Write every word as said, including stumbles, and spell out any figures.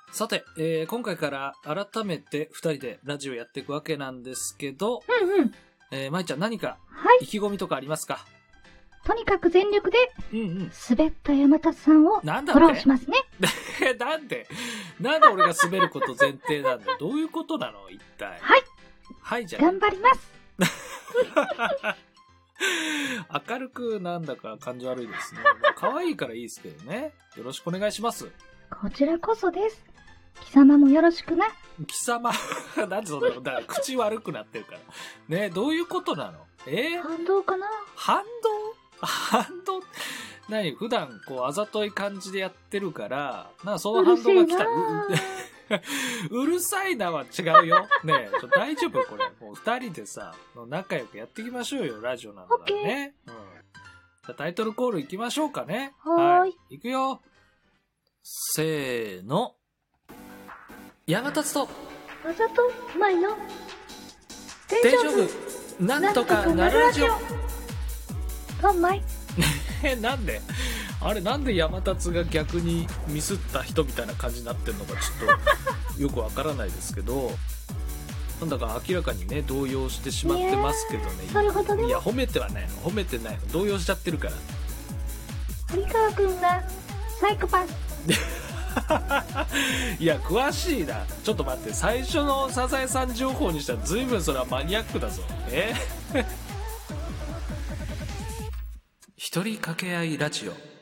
さて、えー、今回から改めてふたりでラジオやっていくわけなんですけど、 うんうん。 えー、まいちゃん何かはい。 意気込みとかありますか？ とにかく全力で、 うんうん。 滑った山田さんをフなんだってォローしますね。 なんでなんで俺が滑ること前提なんだよ。どういうことなの一体。 はい。 はいじゃない。 頑張ります。 明るくなんだか感じ悪いですね。まあ可愛いからいいですけどね。よろしくお願いします。 こちらこそです。貴様もよろしくな。 貴様なんでそんなのだから口悪くなってるから。ねどういうことなの？えー、 反動かな？ 反動反動何普段こうあざとい感じでやってるから、なんかその反動が来た。う, うるさいなは違うよ。ねえ、ちょ大丈夫これ。もう二人でさ、仲良くやっていきましょうよ、ラジオなんだからね。うん。じゃあタイトルコールいきましょうかね。 はーい。 いくよ。せーの。山立と、 わざと前の大丈夫なんとかなるラジオ。 ドンマイ。 え、なんであれなんで山立が逆にミスった人みたいな感じになってんのかちょっとよくわからないですけど、なんだか明らかにね動揺してしまってますけどね。 それほどでも。 いや褒めてはないの、褒めてないの、動揺しちゃってるから堀川くんがサイコパス。 いや詳しいな。ちょっと待って、最初のサザエさん情報にしたら随分それはマニアックだぞ。え一人掛け合いラジオ。